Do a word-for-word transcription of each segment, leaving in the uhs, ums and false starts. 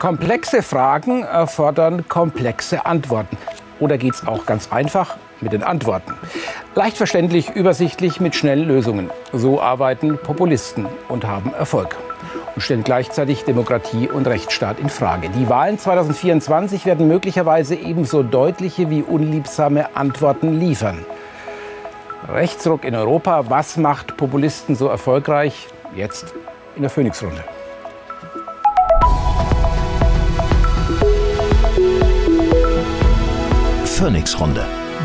Komplexe Fragen erfordern komplexe Antworten. Oder geht es auch ganz einfach mit den Antworten? Leicht verständlich, übersichtlich, mit schnellen Lösungen. So arbeiten Populisten und haben Erfolg. Und stellen gleichzeitig Demokratie und Rechtsstaat in Frage. Die Wahlen zweitausendvierundzwanzig werden möglicherweise ebenso deutliche wie unliebsame Antworten liefern. Rechtsruck in Europa. Was macht Populisten so erfolgreich? Jetzt in der Phoenix-Runde. Phoenix-Runde.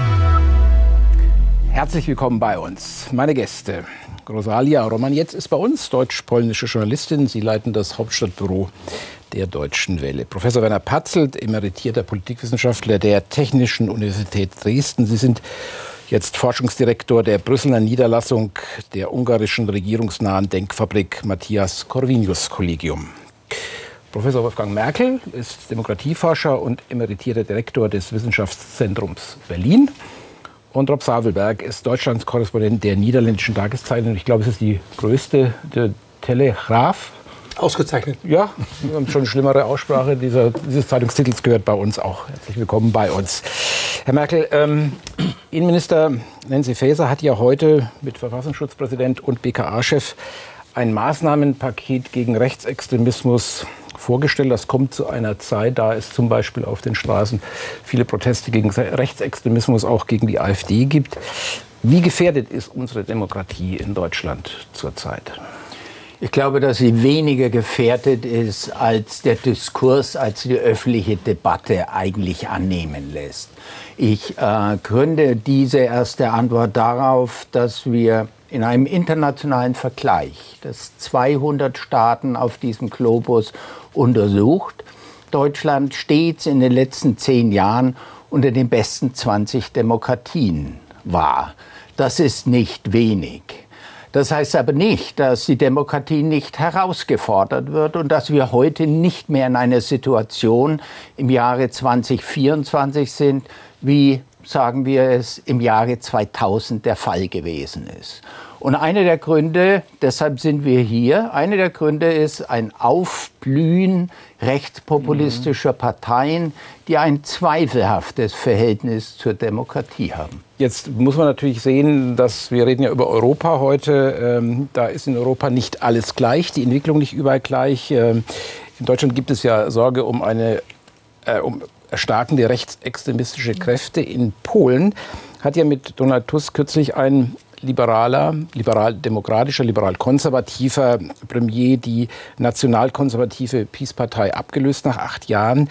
Herzlich willkommen bei uns. Meine Gäste. Rosalia Romaniec ist bei uns, deutsch-polnische Journalistin. Sie leiten das Hauptstadtbüro der Deutschen Welle. Professor Werner Patzelt, emeritierter Politikwissenschaftler der Technischen Universität Dresden. Sie sind jetzt Forschungsdirektor der Brüsseler Niederlassung der ungarischen regierungsnahen Denkfabrik Matthias Corvinus Kollegium. Professor Wolfgang Merkel ist Demokratieforscher und emeritierter Direktor des Wissenschaftszentrums Berlin. Und Rob Savelberg ist Deutschlands Korrespondent der niederländischen Tageszeitung. Ich glaube, es ist die größte, der Telegraaf. Ausgezeichnet. Ja, wir haben schon eine schlimmere Aussprache dieser, dieses Zeitungstitels gehört bei uns auch. Herzlich willkommen bei uns. Herr Merkel, ähm, Innenminister Nancy Faeser hat ja heute mit Verfassungsschutzpräsident und B K A-Chef ein Maßnahmenpaket gegen Rechtsextremismus vorgestellt. Das kommt zu einer Zeit, da es zum Beispiel auf den Straßen viele Proteste gegen Rechtsextremismus, auch gegen die AfD gibt. Wie gefährdet ist unsere Demokratie in Deutschland zurzeit? Ich glaube, dass sie weniger gefährdet ist, als der Diskurs, als die öffentliche Debatte eigentlich annehmen lässt. Ich äh, gründe diese erste Antwort darauf, dass wir in einem internationalen Vergleich, das zweihundert Staaten auf diesem Globus untersucht, Deutschland stets in den letzten zehn Jahren unter den besten zwanzig Demokratien war. Das ist nicht wenig. Das heißt aber nicht, dass die Demokratie nicht herausgefordert wird und dass wir heute nicht mehr in einer Situation im Jahre zweitausendvierundzwanzig sind, wie, sagen wir es, im Jahre zweitausend der Fall gewesen ist. Und einer der Gründe, deshalb sind wir hier, einer der Gründe ist ein Aufblühen rechtspopulistischer Parteien, die ein zweifelhaftes Verhältnis zur Demokratie haben. Jetzt muss man natürlich sehen, dass wir reden ja über Europa heute. Ähm, da ist in Europa nicht alles gleich, die Entwicklung nicht überall gleich. Ähm, in Deutschland gibt es ja Sorge um eine äh, um erstarkende rechtsextremistische Kräfte. In Polen hat ja mit Donald Tusk kürzlich ein liberaler, liberal-demokratischer, liberal-konservativer Premier die nationalkonservative PiS-Partei abgelöst nach acht Jahren.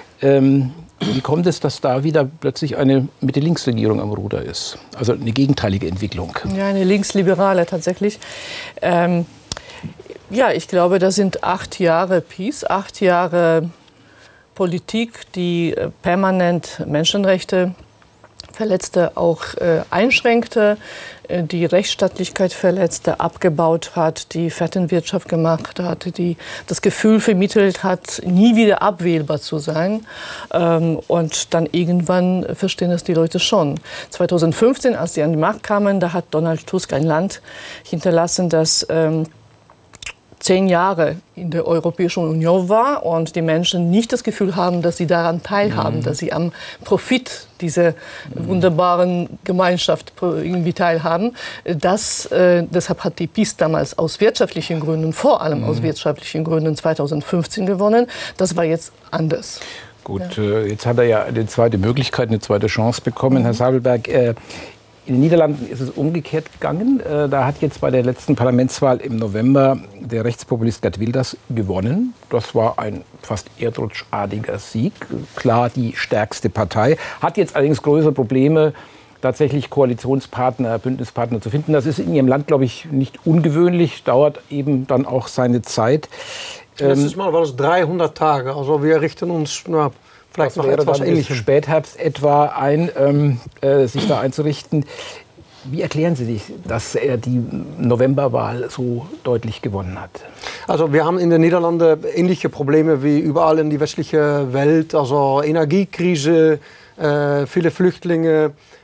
Ähm, wie kommt es, dass da wieder plötzlich eine Mitte-Links-Regierung am Ruder ist? Also eine gegenteilige Entwicklung. Ja, eine linksliberale tatsächlich. Ähm, ja, ich glaube, das sind acht Jahre PiS, acht Jahre Politik, die äh, permanent Menschenrechte verletzte, auch äh, einschränkte, äh, die Rechtsstaatlichkeit verletzte, abgebaut hat, die Vetternwirtschaft gemacht hat, die das Gefühl vermittelt hat, nie wieder abwählbar zu sein. Ähm, und dann irgendwann verstehen es die Leute schon. zweitausendfünfzehn, als sie an die Macht kamen, da hat Donald Tusk ein Land hinterlassen, das ähm, zehn Jahre in der Europäischen Union war und die Menschen nicht das Gefühl haben, dass sie daran teilhaben, mhm. dass sie am Profit dieser mhm. wunderbaren Gemeinschaft irgendwie teilhaben. Das, äh, deshalb hat die PiS damals aus wirtschaftlichen Gründen, vor allem mhm. aus wirtschaftlichen Gründen zweitausendfünfzehn gewonnen. Das war jetzt anders. Gut, ja. äh, jetzt hat er ja eine zweite Möglichkeit, eine zweite Chance bekommen. Mhm. Herr Savelberg, äh, in den Niederlanden ist es umgekehrt gegangen. Da hat jetzt bei der letzten Parlamentswahl im November der Rechtspopulist Geert Wilders gewonnen. Das war ein fast erdrutschartiger Sieg. Klar die stärkste Partei. Hat jetzt allerdings größere Probleme, tatsächlich Koalitionspartner, Bündnispartner zu finden. Das ist in Ihrem Land, glaube ich, nicht ungewöhnlich. Dauert eben dann auch seine Zeit. Letztes Mal war es dreihundert Tage. Also wir richten uns... Na vielleicht noch etwas Ähnliches. Spätherbst etwa ein, ähm, äh, sich da einzurichten. Wie erklären Sie sich, dass er die Novemberwahl so deutlich gewonnen hat? Also wir haben in den Niederlanden ähnliche Probleme wie überall in die westliche Welt. Also Energiekrise, äh, viele Flüchtlinge,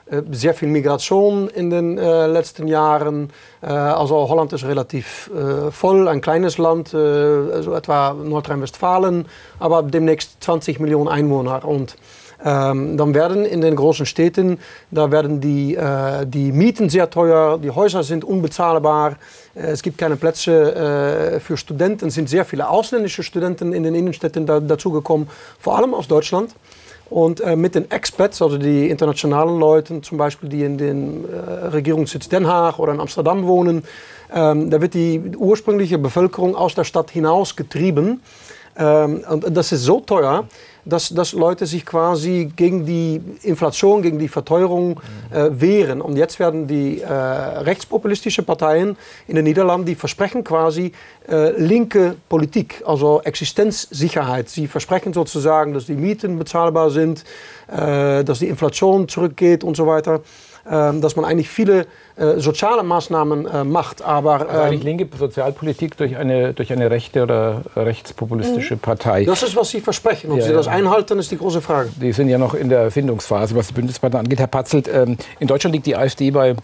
äh, sehr viel Migration in den äh, letzten Jahren. Äh, also Holland ist relativ äh, voll, ein kleines Land, äh, also etwa Nordrhein-Westfalen, aber demnächst zwanzig Millionen Einwohner. Und ähm, dann werden in den großen Städten, da werden die, äh, die Mieten sehr teuer, die Häuser sind unbezahlbar. Es gibt keine Plätze äh, für Studenten. Es sind sehr viele ausländische Studenten in den Innenstädten da, dazugekommen, vor allem aus Deutschland. Und äh, mit den Expats, also die internationalen Leute, zum Beispiel, die in den äh, Regierungssitz Den Haag oder in Amsterdam wohnen, ähm, da wird die ursprüngliche Bevölkerung aus der Stadt hinaus getrieben. Ähm, und das ist so teuer, dass, dass Leute sich quasi gegen die Inflation, gegen die Verteuerung äh, wehren. Und jetzt werden die äh, rechtspopulistische Parteien in den Niederlanden, die versprechen quasi äh, linke Politik, also Existenzsicherheit. Sie versprechen sozusagen, dass die Mieten bezahlbar sind, äh, dass die Inflation zurückgeht und so weiter. Dass man eigentlich viele äh, soziale Maßnahmen äh, macht, aber... Also eigentlich linke Sozialpolitik durch eine, durch eine rechte oder rechtspopulistische mhm. Partei. Das ist, was Sie versprechen. Ob ja, Sie das einhalten, ist die große Frage. Die sind ja noch in der Erfindungsphase, was die Bündnispartner angeht. Herr Patzelt, ähm, in Deutschland liegt die AfD bei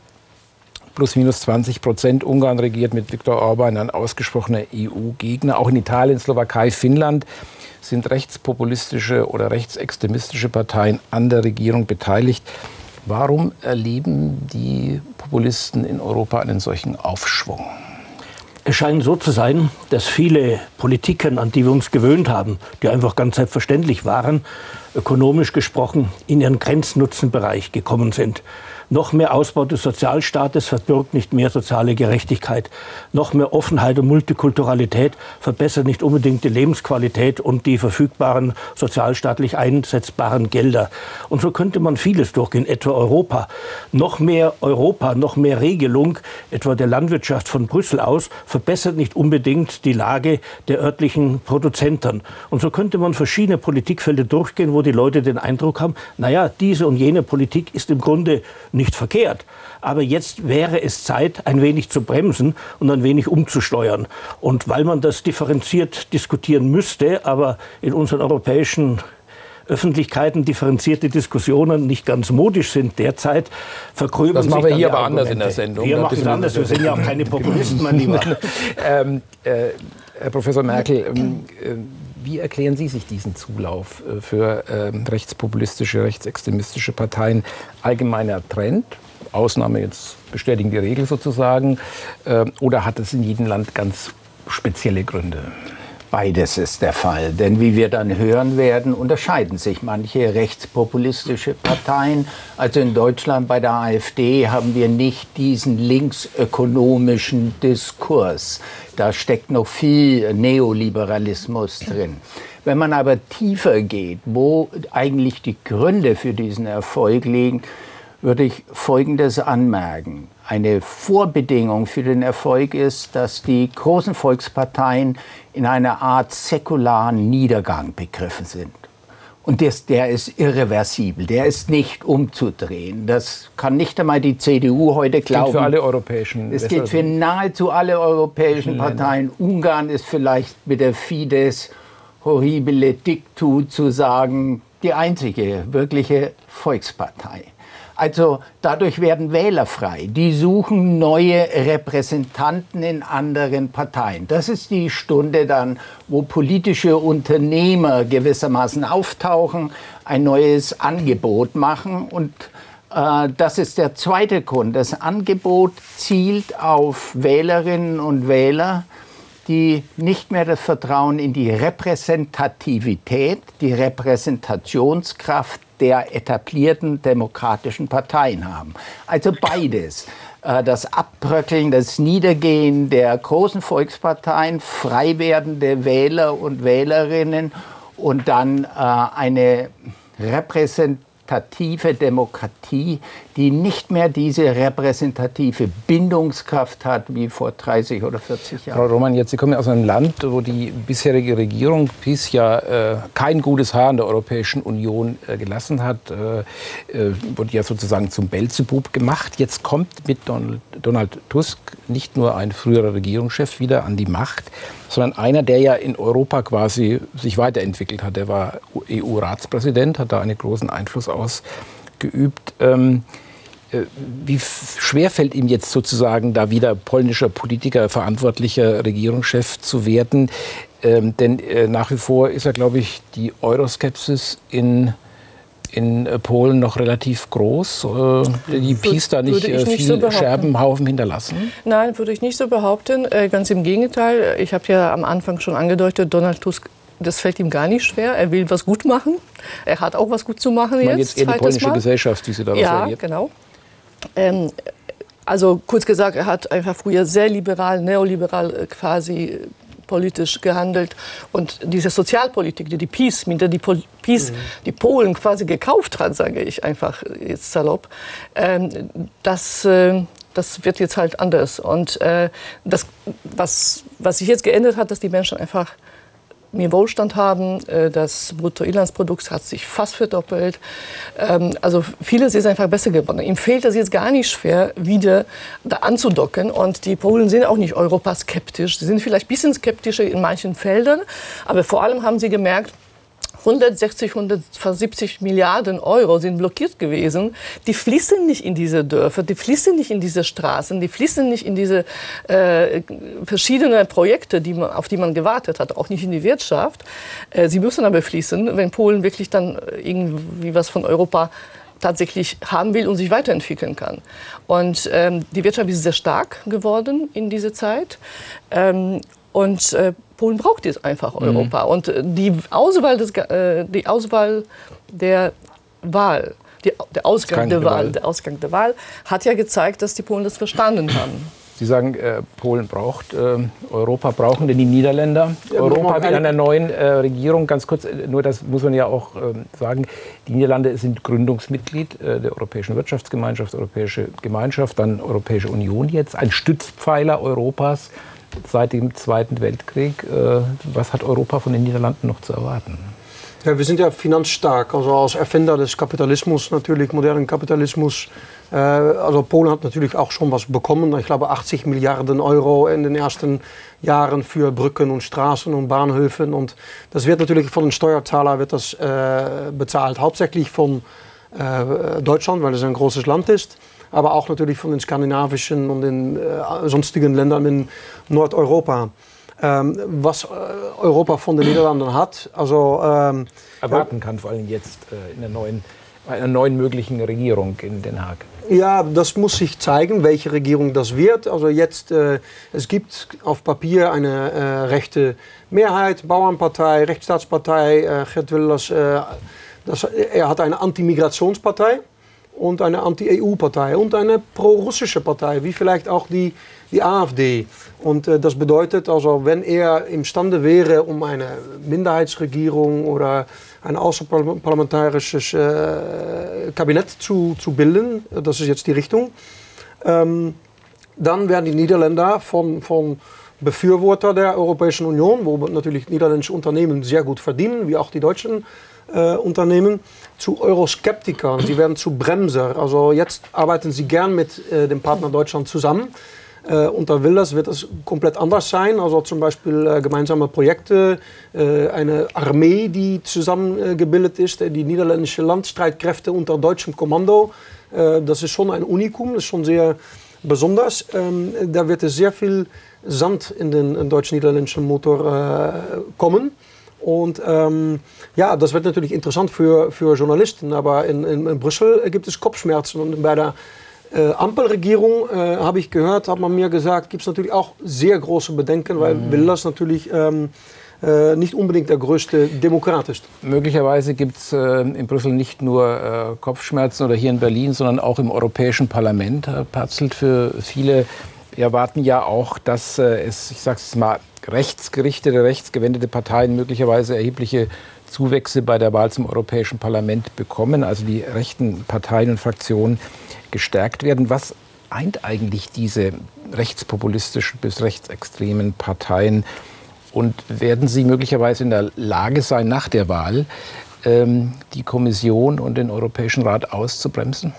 plus minus zwanzig Prozent. Ungarn regiert mit Viktor Orban, ein ausgesprochener E U-Gegner. Auch in Italien, Slowakei, Finnland sind rechtspopulistische oder rechtsextremistische Parteien an der Regierung beteiligt. Warum erleben die Populisten in Europa einen solchen Aufschwung? Es scheint so zu sein, dass viele Politiken, an die wir uns gewöhnt haben, die einfach ganz selbstverständlich waren, ökonomisch gesprochen in ihren Grenznutzenbereich gekommen sind. Noch mehr Ausbau des Sozialstaates verbirgt nicht mehr soziale Gerechtigkeit. Noch mehr Offenheit und Multikulturalität verbessert nicht unbedingt die Lebensqualität und die verfügbaren sozialstaatlich einsetzbaren Gelder. Und so könnte man vieles durchgehen, etwa Europa. Noch mehr Europa, noch mehr Regelung, etwa der Landwirtschaft von Brüssel aus, verbessert nicht unbedingt die Lage der örtlichen Produzenten. Und so könnte man verschiedene Politikfelder durchgehen, wo die Leute den Eindruck haben, naja, diese und jene Politik ist im Grunde nicht nicht verkehrt. Aber jetzt wäre es Zeit, ein wenig zu bremsen und ein wenig umzusteuern. Und weil man das differenziert diskutieren müsste, aber in unseren europäischen Öffentlichkeiten differenzierte Diskussionen nicht ganz modisch sind derzeit, vergröbern das sich machen wir hier aber Argumente. Anders in der Sendung. Wir machen es anders, wir sind ja auch keine Populisten, mein Lieber. ähm, äh, Herr Professor Merkel, ähm, äh, wie erklären Sie sich diesen Zulauf äh, für äh, rechtspopulistische, rechtsextremistische Parteien? Allgemeiner Trend, Ausnahme jetzt bestätigen die Regel sozusagen, äh, oder hat es in jedem Land ganz spezielle Gründe? Beides ist der Fall, denn wie wir dann hören werden, unterscheiden sich manche rechtspopulistische Parteien. Also in Deutschland bei der AfD haben wir nicht diesen linksökonomischen Diskurs. Da steckt noch viel Neoliberalismus drin. Wenn man aber tiefer geht, wo eigentlich die Gründe für diesen Erfolg liegen, würde ich Folgendes anmerken. Eine Vorbedingung für den Erfolg ist, dass die großen Volksparteien in einer Art säkularen Niedergang begriffen sind. Und das, der ist irreversibel, der ist nicht umzudrehen. Das kann nicht einmal die C D U heute glauben. Das gilt für alle europäischen. Es gilt für nahezu alle europäischen Parteien. Ungarn ist vielleicht mit der Fidesz horribile dictu zu sagen, die einzige wirkliche Volkspartei. Also dadurch werden Wähler frei. Die suchen neue Repräsentanten in anderen Parteien. Das ist die Stunde dann, wo politische Unternehmer gewissermaßen auftauchen, ein neues Angebot machen. Und äh, das ist der zweite Grund. Das Angebot zielt auf Wählerinnen und Wähler, die nicht mehr das Vertrauen in die Repräsentativität, die Repräsentationskraft der etablierten demokratischen Parteien haben. Also beides. Das Abbröckeln, das Niedergehen der großen Volksparteien, frei werdende Wähler und Wählerinnen und dann eine repräsentative Demokratie, die nicht mehr diese repräsentative Bindungskraft hat wie vor dreißig oder vierzig Jahren. Frau Roman, jetzt Sie kommen ja aus einem Land, wo die bisherige Regierung P I S ja äh, kein gutes Haar in der Europäischen Union äh, gelassen hat. Äh, äh, wurde ja sozusagen zum Beelzebub gemacht. Jetzt kommt mit Donald, Donald Tusk nicht nur ein früherer Regierungschef wieder an die Macht, sondern einer, der ja in Europa quasi sich weiterentwickelt hat. Der war E U-Ratspräsident, hat da einen großen Einfluss ausgeübt. Ähm, Wie schwer fällt ihm jetzt sozusagen, da wieder polnischer Politiker, verantwortlicher Regierungschef zu werden? Ähm, denn äh, nach wie vor ist ja, glaube ich, die Euroskepsis in, in Polen noch relativ groß. Äh, die PiS da nicht, äh, viel so Scherbenhaufen hinterlassen? Nein, würde ich nicht so behaupten. Äh, ganz im Gegenteil. Ich habe ja am Anfang schon angedeutet, Donald Tusk, das fällt ihm gar nicht schwer. Er will was gut machen. Er hat auch was gut zu machen jetzt. Man jetzt eher die polnische Mal. Gesellschaft, wie sie darauf ja, reagiert. Ja, genau. Ähm, also kurz gesagt, er hat einfach früher sehr liberal, neoliberal quasi politisch gehandelt. Und diese Sozialpolitik, die die PiS, mit der die Pol PiS mhm. die Polen quasi gekauft hat, sage ich einfach jetzt salopp, ähm, das, äh, das wird jetzt halt anders. Und äh, das, was, was sich jetzt geändert hat, dass die Menschen einfach mehr Wohlstand haben. Das Bruttoinlandsprodukt hat sich fast verdoppelt. Also vieles ist einfach besser geworden. Ihm fehlt es jetzt gar nicht schwer, wieder da anzudocken. Und die Polen sind auch nicht europaskeptisch. Sie sind vielleicht ein bisschen skeptischer in manchen Feldern. Aber vor allem haben sie gemerkt, hundertsechzig, hundertsiebzig Milliarden Euro sind blockiert gewesen. Die fließen nicht in diese Dörfer, die fließen nicht in diese Straßen, die fließen nicht in diese äh, verschiedenen Projekte, die man, auf die man gewartet hat, auch nicht in die Wirtschaft. Äh, sie müssen aber fließen, wenn Polen wirklich dann irgendwie was von Europa tatsächlich haben will und sich weiterentwickeln kann. Und ähm, die Wirtschaft ist sehr stark geworden in dieser Zeit. Ähm, und äh, Polen braucht jetzt einfach Europa. Mhm. Und die Auswahl, des, äh, die Auswahl der Wahl, die, der, Ausgang der, Wahl, der Ausgang der Wahl hat ja gezeigt, dass die Polen das verstanden haben. Sie sagen, äh, Polen braucht äh, Europa, brauchen denn die Niederländer ja, Europa mit einer neuen äh, Regierung? Ganz kurz, nur das muss man ja auch äh, sagen, die Niederlande sind Gründungsmitglied äh, der Europäischen Wirtschaftsgemeinschaft, Europäische Gemeinschaft, dann Europäische Union jetzt, ein Stützpfeiler Europas seit dem Zweiten Weltkrieg. Was hat Europa von den Niederlanden noch zu erwarten? Ja, wir sind ja finanzstark, also als Erfinder des Kapitalismus, natürlich modernen Kapitalismus. Äh, also Polen hat natürlich auch schon was bekommen. Ich glaube achtzig Milliarden Euro in den ersten Jahren für Brücken und Straßen und Bahnhöfen. Und das wird natürlich von den Steuerzahlern wird das, äh, bezahlt, hauptsächlich von äh, Deutschland, weil es ein großes Land ist. Aber auch natürlich von den skandinavischen und den äh, sonstigen Ländern in Nordeuropa. Ähm, was äh, Europa von den Niederlanden hat, also ähm, erwarten kann, vor allem jetzt äh, in der neuen, einer neuen möglichen Regierung in Den Haag. Ja, das muss sich zeigen, welche Regierung das wird. Also jetzt, äh, es gibt auf Papier eine äh, rechte Mehrheit, Bauernpartei, Rechtsstaatspartei, äh, Geert Wilders, äh, das, er hat eine Anti-Migrationspartei und eine Anti-E U-Partei und eine pro-russische Partei, wie vielleicht auch die, die AfD. Und äh, das bedeutet, also, wenn er imstande wäre, um eine Minderheitsregierung oder ein außerparlamentarisches äh, Kabinett zu, zu bilden, das ist jetzt die Richtung, ähm, dann werden die Niederländer von, von Befürworter der Europäischen Union, wo natürlich niederländische Unternehmen sehr gut verdienen, wie auch die deutschen Äh, Unternehmen, zu Euroskeptikern. Sie werden zu Bremser. Also jetzt arbeiten sie gern mit äh, dem Partner Deutschland zusammen. Äh, unter Wilders wird es komplett anders sein. Also zum Beispiel äh, gemeinsame Projekte, äh, eine Armee, die zusammengebildet äh, ist, äh, die niederländische Landstreitkräfte unter deutschem Kommando. Äh, das ist schon ein Unikum, das ist schon sehr besonders. Ähm, da wird es sehr viel Sand in den deutsch-niederländischen Motor äh, kommen. Und ähm, ja, das wird natürlich interessant für, für Journalisten, aber in, in, in Brüssel gibt es Kopfschmerzen. Und bei der äh, Ampelregierung, äh, habe ich gehört, hat man mir gesagt, gibt es natürlich auch sehr große Bedenken, weil mhm. Wilders natürlich ähm, äh, nicht unbedingt der größte Demokrat ist. Möglicherweise gibt es äh, in Brüssel nicht nur äh, Kopfschmerzen oder hier in Berlin, sondern auch im Europäischen Parlament. Herr Patzelt, für viele erwarten ja auch, dass äh, es, ich sage es mal, rechtsgerichtete, rechtsgewendete Parteien möglicherweise erhebliche Zuwächse bei der Wahl zum Europäischen Parlament bekommen, also die rechten Parteien und Fraktionen gestärkt werden. Was eint eigentlich diese rechtspopulistischen bis rechtsextremen Parteien? Und werden sie möglicherweise in der Lage sein, nach der Wahl ähm, die Kommission und den Europäischen Rat auszubremsen?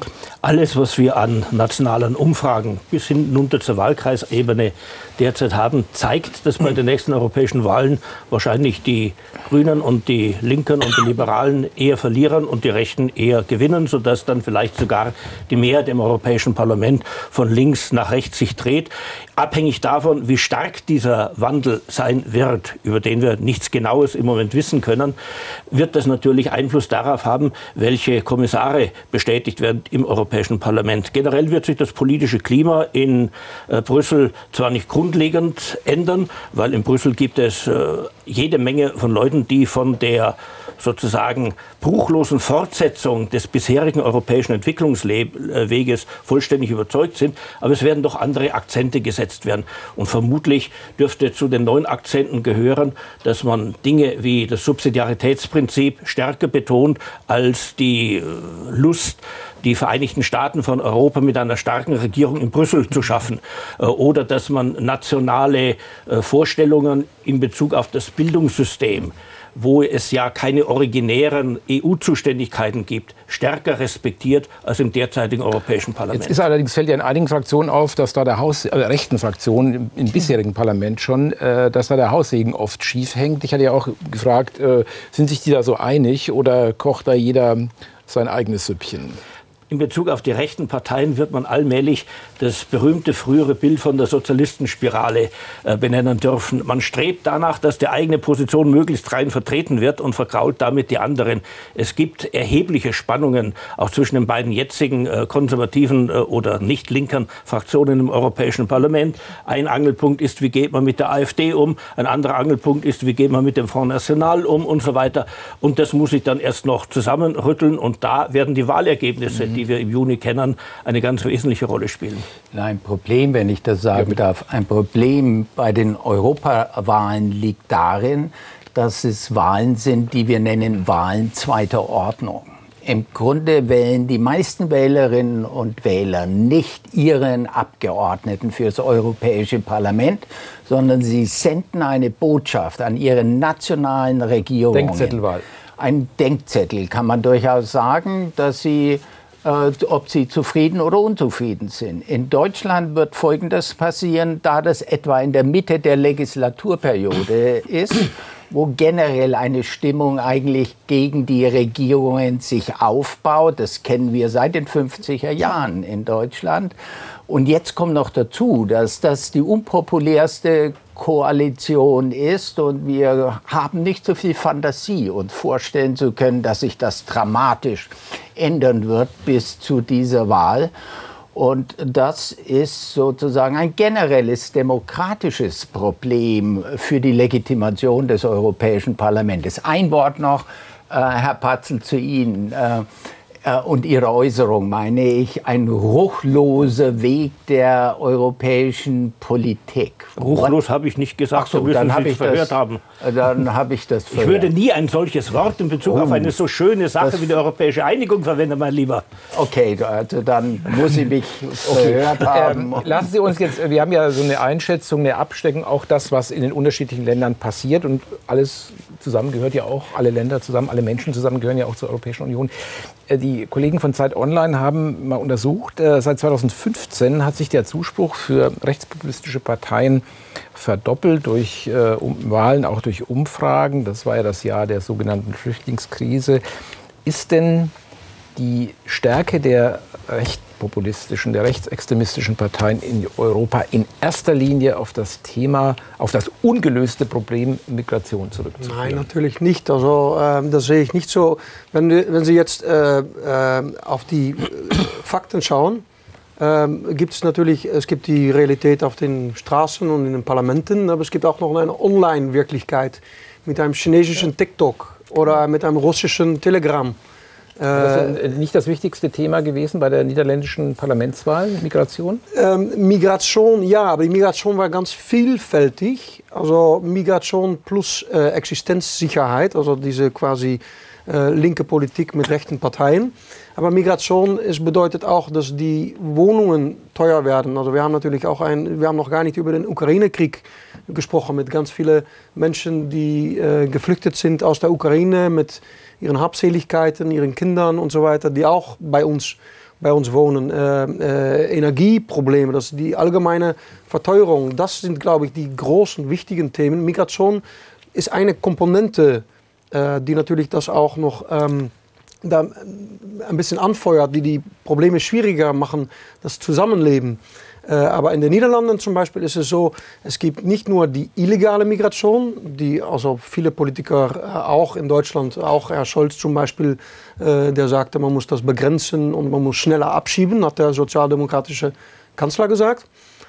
Alles, was wir an nationalen Umfragen bis hinunter zur Wahlkreisebene derzeit haben, zeigt, dass bei den nächsten europäischen Wahlen wahrscheinlich die Grünen und die Linken und die Liberalen eher verlieren und die Rechten eher gewinnen, sodass dann vielleicht sogar die Mehrheit im Europäischen Parlament von links nach rechts sich dreht. Abhängig davon, wie stark dieser Wandel sein wird, über den wir nichts Genaues im Moment wissen können, wird das natürlich Einfluss darauf haben, welche Kommissare bestätigt werden im Europäischen Parlament. Generell wird sich das politische Klima in äh, Brüssel zwar nicht grundlegend ändern, weil in Brüssel gibt es äh, jede Menge von Leuten, die von der sozusagen bruchlosen Fortsetzung des bisherigen europäischen Entwicklungsweges vollständig überzeugt sind. Aber es werden doch andere Akzente gesetzt werden. Und vermutlich dürfte zu den neuen Akzenten gehören, dass man Dinge wie das Subsidiaritätsprinzip stärker betont als die Lust, die Vereinigten Staaten von Europa mit einer starken Regierung in Brüssel zu schaffen. Oder dass man nationale Vorstellungen in Bezug auf das Bildungssystem, wo es ja keine originären E U-Zuständigkeiten gibt, stärker respektiert als im derzeitigen Europäischen Parlament. Jetzt ist allerdings, fällt ja in einigen Fraktionen auf, dass da der Haus, äh, rechten Fraktionen im, im bisherigen Parlament schon, äh, dass da der Haussegen oft schief hängt. Ich hatte ja auch gefragt, äh, sind sich die da so einig oder kocht da jeder sein eigenes Süppchen? In Bezug auf die rechten Parteien wird man allmählich das berühmte frühere Bild von der Sozialistenspirale äh, benennen dürfen. Man strebt danach, dass die eigene Position möglichst rein vertreten wird und vergrault damit die anderen. Es gibt erhebliche Spannungen auch zwischen den beiden jetzigen äh, konservativen äh, oder nicht linken Fraktionen im Europäischen Parlament. Ein Angelpunkt ist, wie geht man mit der AfD um? Ein anderer Angelpunkt ist, wie geht man mit dem Front National um und so weiter. Und das muss sich dann erst noch zusammenrütteln und da werden die Wahlergebnisse, mhm. die wir im Juni kennen, eine ganz wesentliche Rolle spielen. Ein Problem, wenn ich das sagen ja, darf, ein Problem bei den Europawahlen liegt darin, dass es Wahlen sind, die wir nennen Wahlen zweiter Ordnung. Im Grunde wählen die meisten Wählerinnen und Wähler nicht ihren Abgeordneten fürs Europäische Parlament, sondern sie senden eine Botschaft an ihre nationalen Regierungen. Denkzettelwahl. Ein Denkzettel, kann man durchaus sagen, dass sie ob sie zufrieden oder unzufrieden sind. In Deutschland wird Folgendes passieren, da das etwa in der Mitte der Legislaturperiode ist, wo generell eine Stimmung eigentlich gegen die Regierungen sich aufbaut. Das kennen wir seit den fünfziger Jahren in Deutschland. Und jetzt kommt noch dazu, dass das die unpopulärste Koalition ist und wir haben nicht so viel Fantasie, uns vorstellen zu können, dass sich das dramatisch ändern wird bis zu dieser Wahl. Und das ist sozusagen ein generelles demokratisches Problem für die Legitimation des Europäischen Parlaments. Ein Wort noch, äh, Herr Patzelt, zu Ihnen. Äh, Und Ihre Äußerung, meine ich, ein ruchloser Weg der europäischen Politik. Ruchlos habe ich nicht gesagt, so, da dann müssen habe Sie ich verhört das, haben. Dann habe ich das verhört. Ich würde nie ein solches Wort in Bezug oh, auf eine so schöne Sache wie die europäische Einigung verwenden, mein Lieber. Okay, also dann muss ich mich verhört okay. haben. Ähm, lassen Sie uns jetzt, wir haben ja so eine Einschätzung, eine Absteckung, auch das, was in den unterschiedlichen Ländern passiert und alles zusammen gehört ja auch, alle Länder zusammen, alle Menschen zusammen gehören ja auch zur Europäischen Union. Die Kollegen von Zeit Online haben mal untersucht, seit zweitausendfünfzehn hat sich der Zuspruch für rechtspopulistische Parteien verdoppelt durch äh, um, Wahlen, auch durch Umfragen. Das war ja das Jahr der sogenannten Flüchtlingskrise. Ist denn die Stärke der rechtspopulistischen, der rechtsextremistischen Parteien in Europa in erster Linie auf das Thema, auf das ungelöste Problem Migration zurückzuführen? Nein, natürlich nicht. Also äh, das sehe ich nicht so. Wenn, wenn Sie jetzt äh, äh, auf die äh, Fakten schauen, äh, gibt es natürlich, es gibt die Realität auf den Straßen und in den Parlamenten, aber es gibt auch noch eine Online-Wirklichkeit mit einem chinesischen TikTok oder mit einem russischen Telegram. Das ist nicht das wichtigste Thema gewesen bei der niederländischen Parlamentswahl, Migration? Ähm, Migration, ja, aber die Migration war ganz vielfältig. Also Migration plus äh, Existenzsicherheit, also diese quasi äh, linke Politik mit rechten Parteien. Aber Migration ist, bedeutet auch, dass die Wohnungen teuer werden. Also wir haben natürlich auch ein, wir haben noch gar nicht über den Ukraine-Krieg gesprochen mit ganz vielen Menschen, die äh, geflüchtet sind aus der Ukraine mit ihren Habseligkeiten, ihren Kindern und so weiter, die auch bei uns bei uns wohnen, äh, äh, Energieprobleme, das die allgemeine Verteuerung, das sind, glaube ich, die großen, wichtigen Themen. Migration ist eine Komponente, äh, die natürlich das auch noch ähm, da ein bisschen anfeuert, die die Probleme schwieriger machen, das Zusammenleben. Äh, aber in den Niederlanden zum Beispiel ist es so, es gibt nicht nur die illegale Migration, die also viele Politiker äh, auch in Deutschland, auch Herr Scholz zum Beispiel, äh, der sagte, man muss das begrenzen und man muss schneller abschieben, hat der sozialdemokratische Kanzler gesagt.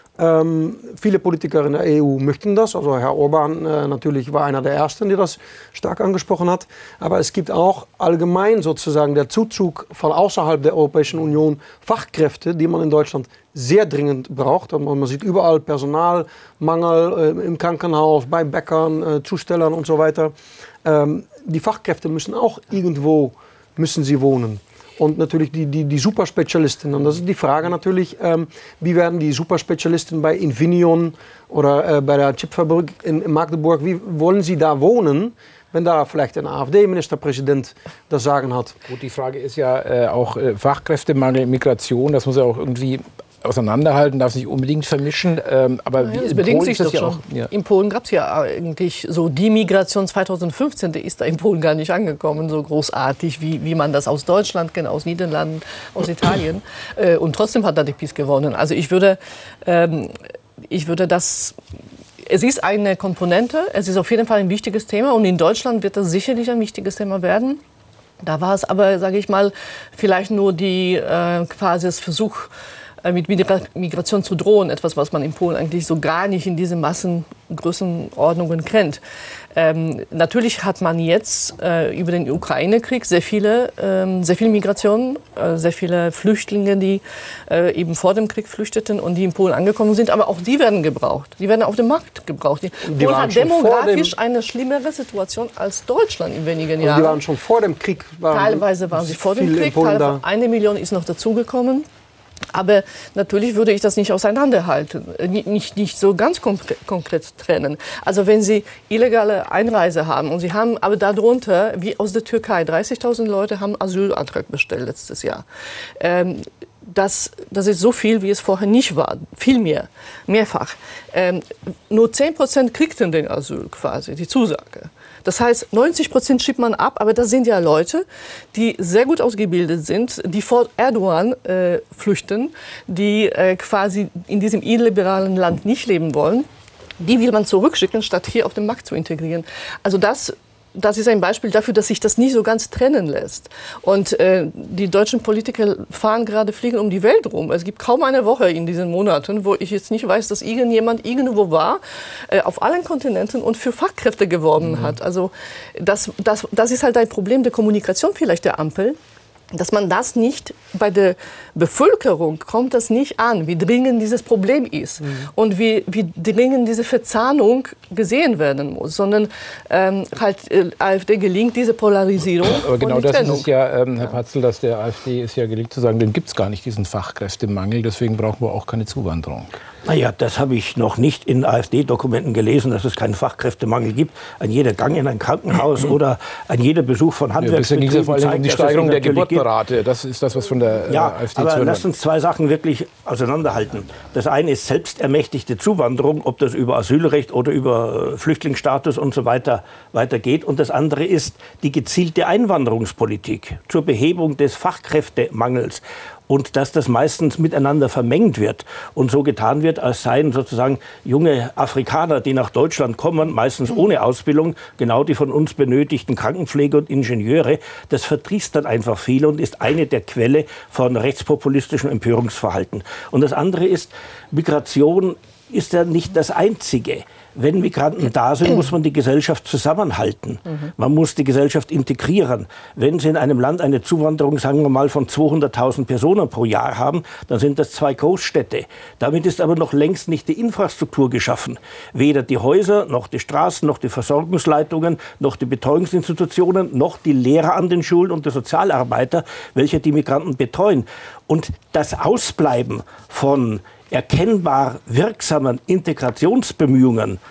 Ähm, viele Politiker in der E U möchten das, also Herr Orban äh, natürlich war einer der Ersten, der das stark angesprochen hat, aber es gibt auch allgemein sozusagen der Zuzug von außerhalb der Europäischen Union Fachkräfte, die man in Deutschland sehr dringend braucht. Und man sieht überall Personalmangel äh, im Krankenhaus, bei Bäckern, äh, Zustellern und so weiter. Ähm, die Fachkräfte müssen auch irgendwo, müssen sie wohnen. Und natürlich die, die, die Superspezialisten. Und das ist die Frage natürlich, ähm, wie werden die Superspezialisten bei Infineon oder äh, bei der Chipfabrik in, in Magdeburg, wie wollen sie da wohnen, wenn da vielleicht ein AfD-Ministerpräsident das Sagen hat? Gut, die Frage ist ja äh, auch äh, Fachkräftemangel, Migration, das muss ja auch irgendwie auseinanderhalten, darf sich unbedingt vermischen. Ähm, aber naja, wie, das in bedingt Polen sich ist das doch ja schon. auch, ja. In Polen gab es ja eigentlich so die Migration zweitausendfünfzehn, die ist da in Polen gar nicht angekommen, so großartig, wie, wie man das aus Deutschland kennt, aus Niederlanden, aus Italien. äh, und trotzdem hat da die PiS gewonnen. Also ich würde, ähm, ich würde das... Es ist eine Komponente, es ist auf jeden Fall ein wichtiges Thema und in Deutschland wird das sicherlich ein wichtiges Thema werden. Da war es aber, sage ich mal, vielleicht nur die äh, quasi das Versuch, mit Migration zu drohen, etwas, was man in Polen eigentlich so gar nicht in diese Massengrößenordnungen kennt. Ähm, natürlich hat man jetzt äh, über den Ukraine-Krieg sehr viele, ähm, sehr viel Migration, äh, sehr viele Flüchtlinge, die äh, eben vor dem Krieg flüchteten und die in Polen angekommen sind. Aber auch die werden gebraucht. Die werden auf dem Markt gebraucht. Die die Polen hat demografisch eine schlimmere Situation als Deutschland in wenigen Jahren. Also die waren schon vor dem Krieg. Waren teilweise waren sie vor dem Krieg, teilweise eine Million ist noch dazugekommen. Aber natürlich würde ich das nicht auseinanderhalten, nicht, nicht so ganz konkret, konkret trennen. Also wenn Sie illegale Einreise haben und Sie haben aber darunter, wie aus der Türkei, dreißigtausend Leute haben Asylantrag bestellt letztes Jahr. Ähm, Das, das ist so viel, wie es vorher nicht war. Viel mehr, mehrfach. Ähm, nur zehn Prozent kriegten den Asyl quasi, die Zusage. Das heißt, neunzig Prozent schiebt man ab, aber das sind ja Leute, die sehr gut ausgebildet sind, die vor Erdogan äh, flüchten, die äh, quasi in diesem illiberalen Land nicht leben wollen. Die will man zurückschicken, statt hier auf den Markt zu integrieren. Also das Das ist ein Beispiel dafür, dass sich das nicht so ganz trennen lässt. Und äh, die deutschen Politiker fahren gerade, fliegen um die Welt rum. Es gibt kaum eine Woche in diesen Monaten, wo ich jetzt nicht weiß, dass irgendjemand irgendwo war, äh, auf allen Kontinenten und für Fachkräfte geworben mhm. hat. Also das, das, das ist halt ein Problem der Kommunikation vielleicht der Ampel. Dass man das nicht, bei der Bevölkerung kommt das nicht an, wie dringend dieses Problem ist mhm. und wie, wie dringend diese Verzahnung gesehen werden muss, sondern ähm, halt äh, AfD gelingt diese Polarisierung. Aber genau und die das Trennung. ist es ja, ähm, Herr Patzel, dass der AfD es ja gelingt zu sagen, den gibt es gar nicht, diesen Fachkräftemangel, deswegen brauchen wir auch keine Zuwanderung. Naja, das habe ich noch nicht in AfD-Dokumenten gelesen, dass es keinen Fachkräftemangel gibt. Ein jeder Gang in ein Krankenhaus oder ein jeder Besuch von Handwerksbetrieben ja, vor allem zeigt, um die dass Steigerung der natürlich Geburtenrate. Das ist das, was von der ja, äh, AfD aber zu hören. lasst uns zwei Sachen wirklich auseinanderhalten. Das eine ist selbstermächtigte Zuwanderung, ob das über Asylrecht oder über Flüchtlingsstatus und so weiter weitergeht. Und das andere ist die gezielte Einwanderungspolitik zur Behebung des Fachkräftemangels. Und dass das meistens miteinander vermengt wird und so getan wird, als seien sozusagen junge Afrikaner, die nach Deutschland kommen, meistens ohne Ausbildung, genau die von uns benötigten Krankenpfleger und Ingenieure. Das verdrießt dann einfach viele und ist eine der Quelle von rechtspopulistischem Empörungsverhalten. Und das andere ist, Migration ist ja nicht das Einzige. Wenn Migranten da sind, muss man die Gesellschaft zusammenhalten. Mhm. Man muss die Gesellschaft integrieren. Wenn Sie in einem Land eine Zuwanderung, sagen wir mal, von zweihunderttausend Personen pro Jahr haben, dann sind das zwei Großstädte. Damit ist aber noch längst nicht die Infrastruktur geschaffen. Weder die Häuser, noch die Straßen, noch die Versorgungsleitungen, noch die Betreuungsinstitutionen, noch die Lehrer an den Schulen und die Sozialarbeiter, welche die Migranten betreuen. Und das Ausbleiben von erkennbar wirksamen Integrationsbemühungen,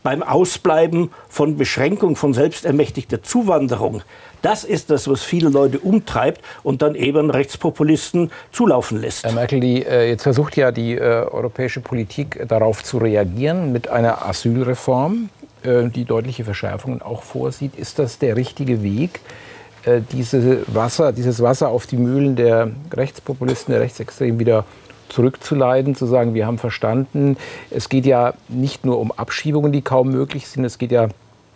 beim Ausbleiben von Beschränkung von selbstermächtigter Zuwanderung. Das ist das, was viele Leute umtreibt und dann eben Rechtspopulisten zulaufen lässt. Herr Merkel, die, äh, jetzt versucht ja die äh, europäische Politik darauf zu reagieren mit einer Asylreform, äh, die deutliche Verschärfungen auch vorsieht. Ist das der richtige Weg, äh, diese Wasser, dieses Wasser auf die Mühlen der Rechtspopulisten, der Rechtsextremen wieder zurückzuleiten, zu sagen, wir haben verstanden, es geht ja nicht nur um Abschiebungen, die kaum möglich sind, es geht ja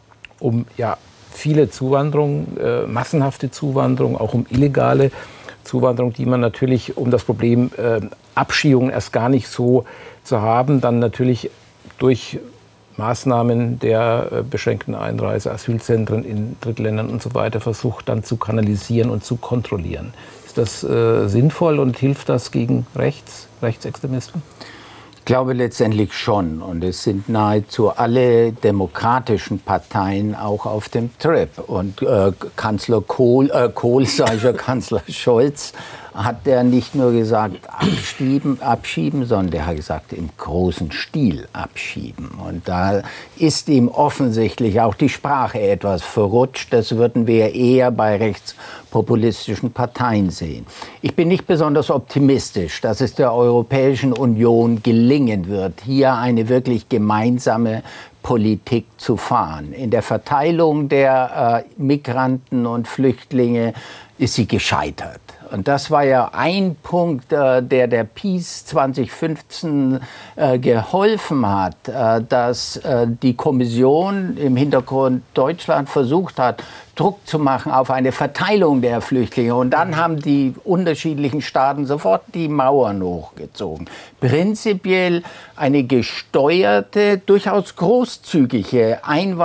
um ja, viele Zuwanderung, äh, massenhafte Zuwanderung, auch um illegale Zuwanderung, die man natürlich, um das Problem äh, Abschiebungen erst gar nicht so zu haben, dann natürlich durch Maßnahmen der äh, beschränkten Einreise, Asylzentren in Drittländern und so weiter versucht dann zu kanalisieren und zu kontrollieren. Ist das äh, sinnvoll und hilft das gegen Rechts, Rechtsextremismus? Ich glaube letztendlich schon. Und es sind nahezu alle demokratischen Parteien auch auf dem Trip. Und äh, Kanzler Kohl, äh, Kohl sage ich ja, Kanzler Scholz, hat der nicht nur gesagt, abschieben, abschieben, sondern der hat gesagt, im großen Stil abschieben. Und da ist ihm offensichtlich auch die Sprache etwas verrutscht. Das würden wir eher bei rechtspopulistischen Parteien sehen. Ich bin nicht besonders optimistisch, dass es der Europäischen Union gelingen wird, hier eine wirklich gemeinsame Politik zu fahren. In der Verteilung der äh, Migranten und Flüchtlinge ist sie gescheitert. Und das war ja ein Punkt, äh, der der Peace zwanzig fünfzehn äh, geholfen hat, äh, dass äh, die Kommission im Hintergrund Deutschland versucht hat, Druck zu machen auf eine Verteilung der Flüchtlinge. Und dann haben die unterschiedlichen Staaten sofort die Mauern hochgezogen. Prinzipiell eine gesteuerte, durchaus großzügige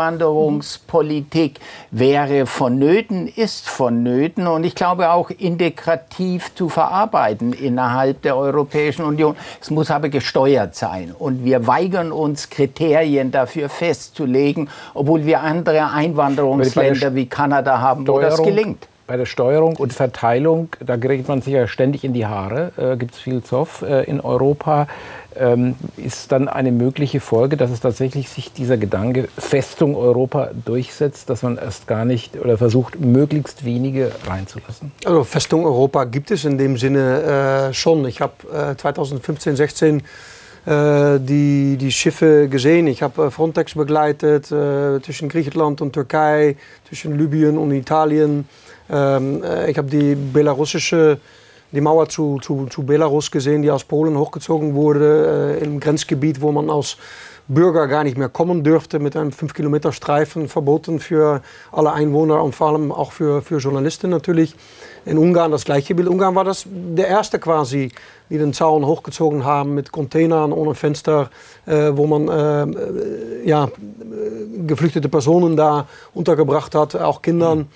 Einwanderungspolitik wäre vonnöten, ist vonnöten und ich glaube auch integrativ zu verarbeiten innerhalb der Europäischen Union. Es muss aber gesteuert sein. Und wir weigern uns, Kriterien dafür festzulegen, obwohl wir andere Einwanderungsländer wie Kanada haben, wo das gelingt. Bei der Steuerung und Verteilung, da gerät man sich ja ständig in die Haare, äh, gibt es viel Zoff äh, in Europa. Ähm, ist dann eine mögliche Folge, dass es tatsächlich sich dieser Gedanke Festung Europa durchsetzt, dass man erst gar nicht oder versucht, möglichst wenige reinzulassen? Also Festung Europa gibt es in dem Sinne äh, schon. Ich habe äh, zweitausendfünfzehn, sechzehn äh, die, die Schiffe gesehen. Ich habe äh, Frontex begleitet äh, zwischen Griechenland und Türkei, zwischen Libyen und Italien. Ähm, äh, ich habe die belarussische die Mauer zu, zu, zu Belarus gesehen, die aus Polen hochgezogen wurde, äh, im Grenzgebiet, wo man als Bürger gar nicht mehr kommen dürfte, mit einem fünf Kilometer Streifen verboten für alle Einwohner und vor allem auch für, für Journalisten natürlich. In Ungarn das gleiche Bild. Ungarn war das der erste quasi, die den Zaun hochgezogen haben mit Containern ohne Fenster, äh, wo man äh, ja, geflüchtete Personen da untergebracht hat, auch Kindern.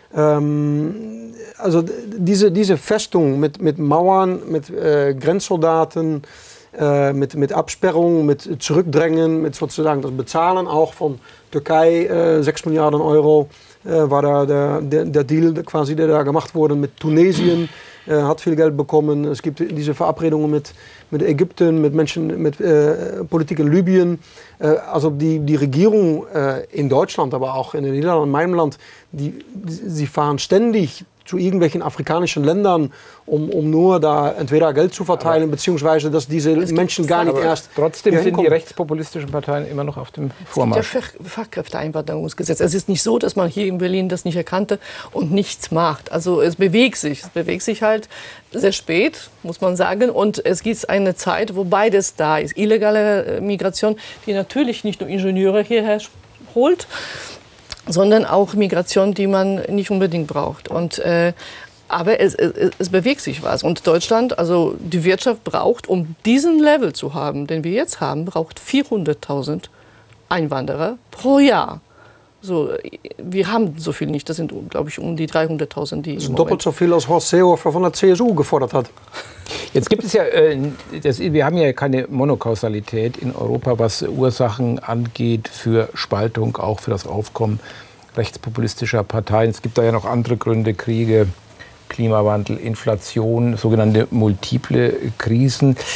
Ähm, also diese, diese Festung mit, mit Mauern, mit äh, Grenzsoldaten, äh, mit, mit Absperrung, mit Zurückdrängen, mit sozusagen das Bezahlen auch von Türkei, äh, sechs Milliarden Euro äh, war da der, der, der Deal quasi, der da gemacht wurde mit Tunesien, äh, hat viel Geld bekommen. Es gibt diese Verabredungen mit, mit Ägypten, mit Menschen, mit äh, Politik in Libyen. Äh, also die, die Regierung äh, in Deutschland, aber auch in den Niederlanden, in meinem Land, die, die, sie fahren ständig zu irgendwelchen afrikanischen Ländern, um, um nur da entweder Geld zu verteilen, aber beziehungsweise dass diese Menschen gar nicht erst trotzdem sind die rechtspopulistischen Parteien immer noch auf dem Vormarsch. Es gibt ja Fachkräfteeinwanderungsgesetz. Es ist nicht so, dass man hier in Berlin das nicht erkannte und nichts macht. Also es bewegt sich. Es bewegt sich halt sehr spät, muss man sagen. Und es gibt eine Zeit, wo beides da ist. Illegale Migration, die natürlich nicht nur Ingenieure hierher holt, sondern auch Migration, die man nicht unbedingt braucht. Und, äh, aber es, es, es bewegt sich was. Und Deutschland, also die Wirtschaft braucht, um diesen Level zu haben, den wir jetzt haben, braucht vierhunderttausend Einwanderer pro Jahr. So, wir haben so viel nicht. Das sind, glaube ich, um die dreihunderttausend, die. Das ist doppelt so viel, als Horst Seehofer von der C S U gefordert hat. Jetzt gibt es ja, äh, das, wir haben ja keine Monokausalität in Europa, was Ursachen angeht für Spaltung, auch für das Aufkommen rechtspopulistischer Parteien. Es gibt da ja noch andere Gründe, Kriege, Klimawandel, Inflation, sogenannte multiple Krisen.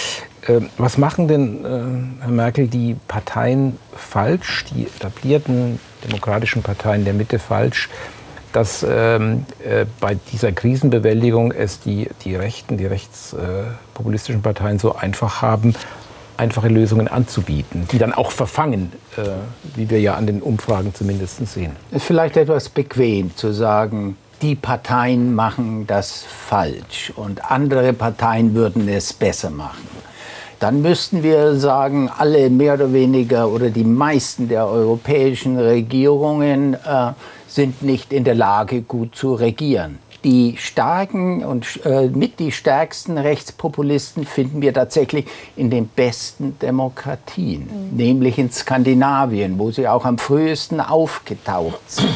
Was machen denn, Herr Merkel, die Parteien falsch, die etablierten demokratischen Parteien der Mitte falsch, dass ähm, äh, bei dieser Krisenbewältigung es die, die rechten, die rechtspopulistischen Parteien so einfach haben, einfache Lösungen anzubieten, die dann auch verfangen, äh, wie wir ja an den Umfragen zumindest sehen? Es ist vielleicht etwas bequem zu sagen, die Parteien machen das falsch und andere Parteien würden es besser machen. Dann müssten wir sagen, alle mehr oder weniger oder die meisten der europäischen Regierungen äh, sind nicht in der Lage, gut zu regieren. Die starken und äh, mit die stärksten Rechtspopulisten finden wir tatsächlich in den besten Demokratien, mhm. nämlich in Skandinavien, wo sie auch am frühesten aufgetaucht sind.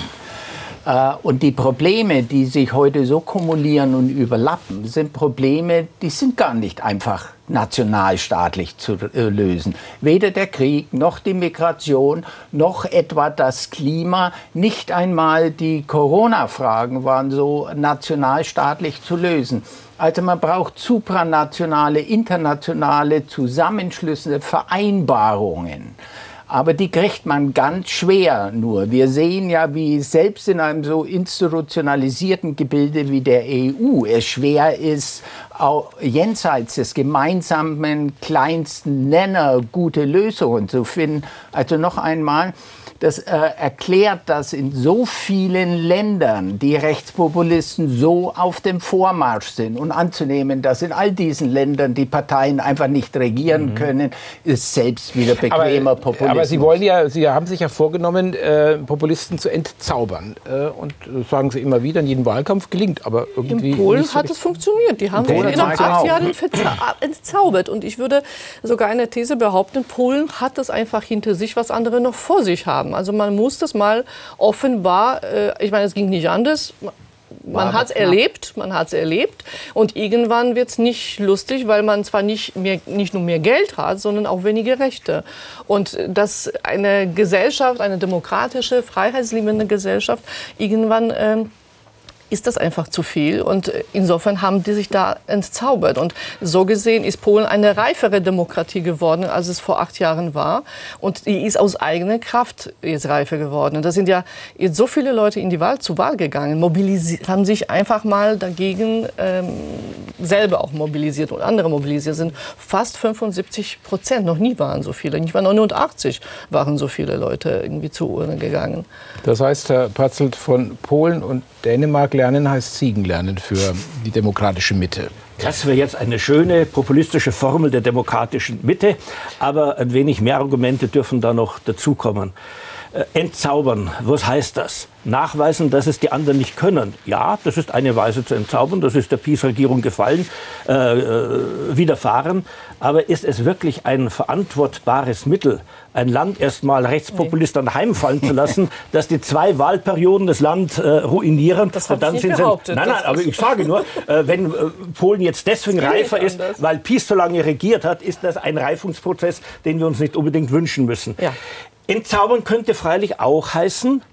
äh, und die Probleme, die sich heute so kumulieren und überlappen, sind Probleme, die sind gar nicht einfach nationalstaatlich zu äh, lösen. Weder der Krieg, noch die Migration, noch etwa das Klima, nicht einmal die Corona-Fragen waren so nationalstaatlich zu lösen. Also man braucht supranationale, internationale Zusammenschlüsse, Vereinbarungen. Aber die kriegt man ganz schwer nur. Wir sehen ja, wie selbst in einem so institutionalisierten Gebilde wie der E U es schwer ist, auch jenseits des gemeinsamen kleinsten Nenner gute Lösungen zu finden. Also noch einmal, das äh, erklärt, dass in so vielen Ländern die Rechtspopulisten so auf dem Vormarsch sind. Und anzunehmen, dass in all diesen Ländern die Parteien einfach nicht regieren mhm. können, ist selbst wieder bequemer aber, Populismus. Aber Sie wollen ja, Sie haben sich ja vorgenommen, äh, Populisten zu entzaubern. Äh, und das sagen Sie immer wieder, in jedem Wahlkampf gelingt. Aber irgendwie in Polen so hat es funktioniert. Die haben wir in acht Jahren entzaubert. Und ich würde sogar eine These behaupten, Polen hat es einfach hinter sich, was andere noch vor sich haben. Also man muss das mal offenbar, äh, ich meine, es ging nicht anders. Man hat es erlebt, man hat es erlebt. Und irgendwann wird es nicht lustig, weil man zwar nicht, mehr, nicht nur mehr Geld hat, sondern auch weniger Rechte. Und dass eine Gesellschaft, eine demokratische, freiheitsliebende Gesellschaft, irgendwann ähm, ist das einfach zu viel. Und insofern haben die sich da entzaubert. Und so gesehen ist Polen eine reifere Demokratie geworden, als es vor acht Jahren war. Und die ist aus eigener Kraft jetzt reifer geworden. Und da sind ja jetzt so viele Leute in die Wahl, zur Wahl gegangen, mobilisiert, haben sich einfach mal dagegen ähm, selber auch mobilisiert und andere mobilisiert. Sind fast fünfundsiebzig Prozent, noch nie waren so viele, nicht mal neunundachtzig waren so viele Leute irgendwie zur Urne gegangen. Das heißt, Herr Patzelt, von Polen und Dänemark lernen heißt Siegen lernen für die demokratische Mitte. Das wäre jetzt eine schöne populistische Formel der demokratischen Mitte, aber ein wenig mehr Argumente dürfen da noch dazukommen. Äh, entzaubern, was heißt das? Nachweisen, dass es die anderen nicht können. Ja, das ist eine Weise zu entzaubern, das ist der PiS-Regierung gefallen, äh, äh, widerfahren. Aber ist es wirklich ein verantwortbares Mittel, ein Land erstmal Rechtspopulisten heimfallen zu lassen, dass die zwei Wahlperioden das Land äh, ruinieren? Das habe ich nicht sind behauptet. Sie, nein, nein, aber ich sage nur, äh, wenn äh, Polen jetzt deswegen reifer ist, weil PiS so lange regiert hat, ist das ein Reifungsprozess, den wir uns nicht unbedingt wünschen müssen. Ja. Entzaubern könnte freilich auch heißen,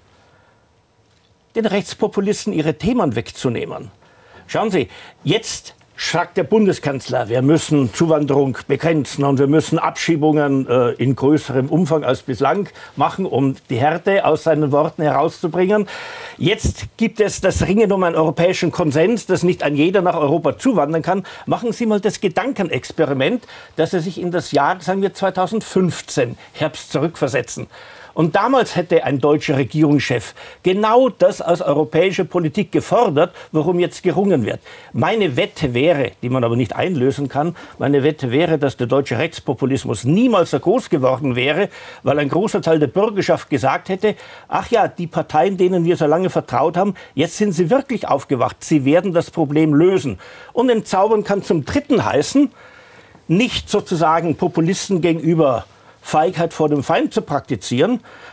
den Rechtspopulisten ihre Themen wegzunehmen. Schauen Sie, jetzt sagt der Bundeskanzler, wir müssen Zuwanderung begrenzen und wir müssen Abschiebungen äh, in größerem Umfang als bislang machen, um die Härte aus seinen Worten herauszubringen. Jetzt gibt es das Ringen um einen europäischen Konsens, dass nicht ein jeder nach Europa zuwandern kann. Machen Sie mal das Gedankenexperiment, dass Sie sich in das Jahr, sagen wir zweitausendfünfzehn, Herbst zurückversetzen. Und damals hätte ein deutscher Regierungschef genau das aus europäischer Politik gefordert, worum jetzt gerungen wird. Meine Wette wäre, die man aber nicht einlösen kann, meine Wette wäre, dass der deutsche Rechtspopulismus niemals so groß geworden wäre, weil ein großer Teil der Bürgerschaft gesagt hätte, ach ja, die Parteien, denen wir so lange vertraut haben, jetzt sind sie wirklich aufgewacht, sie werden das Problem lösen. Und entzaubern kann zum Dritten heißen, nicht sozusagen Populisten gegenüber Feigheit vor dem Feind zu praktizieren,